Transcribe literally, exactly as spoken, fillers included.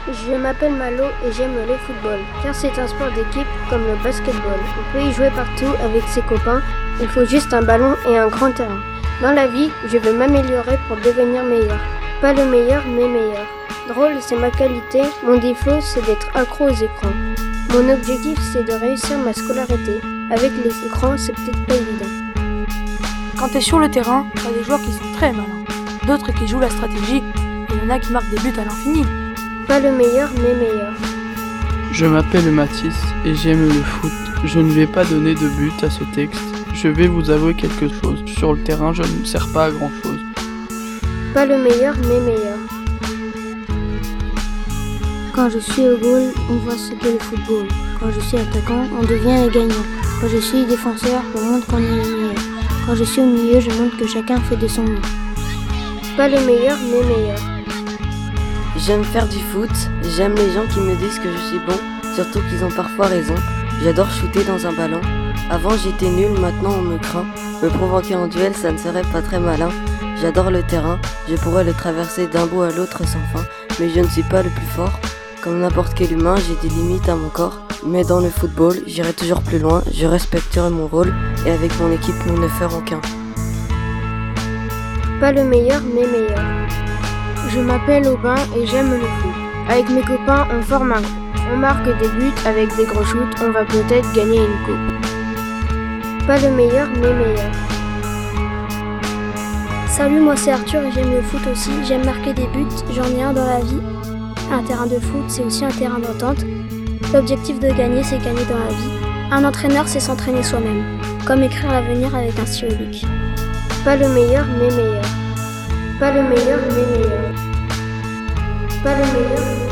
Je m'appelle Malo et j'aime le football, car c'est un sport d'équipe comme le basketball. On peut y jouer partout avec ses copains, il faut juste un ballon et un grand terrain. Dans la vie, je veux m'améliorer pour devenir meilleur. Pas le meilleur, mais meilleur. Drôle, c'est ma qualité, mon défaut, c'est d'être accro aux écrans. Mon objectif, c'est de réussir ma scolarité. Avec les écrans, c'est peut-être pas évident. Quand t'es sur le terrain, t'as des joueurs qui sont très malins, d'autres qui jouent la stratégie, et il y en a qui marquent des buts à l'infini. Pas le meilleur, mais meilleur. Je m'appelle Mathis et j'aime le foot. Je ne vais pas donner de but à ce texte. Je vais vous avouer quelque chose. Sur le terrain, je ne sers pas à grand chose. Pas le meilleur, mais meilleur. Quand je suis au goal, on voit ce qu'est le football. Quand je suis attaquant, on devient gagnant. Quand je suis défenseur, on montre qu'on est le meilleur. Quand je suis au milieu, je montre que chacun fait de son mieux. Pas le meilleur, mais meilleur. J'aime faire du foot, j'aime les gens qui me disent que je suis bon, surtout qu'ils ont parfois raison. J'adore shooter dans un ballon. Avant j'étais nul, maintenant on me craint. Me provoquer en duel, ça ne serait pas très malin. J'adore le terrain, je pourrais le traverser d'un bout à l'autre sans fin, mais je ne suis pas le plus fort. Comme n'importe quel humain, j'ai des limites à mon corps. Mais dans le football, j'irai toujours plus loin, je respecterai mon rôle, et avec mon équipe, nous ne ferons qu'un. Pas le meilleur, mais meilleur. Je m'appelle Aubin et j'aime le foot. Avec mes copains, on forme un groupe. On marque des buts avec des gros shoots, on va peut-être gagner une coupe. Pas le meilleur, mais meilleur. Salut, moi c'est Arthur et j'aime le foot aussi. J'aime marquer des buts, j'en ai un dans la vie. Un terrain de foot, c'est aussi un terrain d'entente. L'objectif de gagner, c'est gagner dans la vie. Un entraîneur, c'est s'entraîner soi-même. Comme écrire l'avenir avec un stylo bic. Pas le meilleur, mais meilleur. Pas le meilleur, mais meilleur. Pas le meilleur, mais meilleur.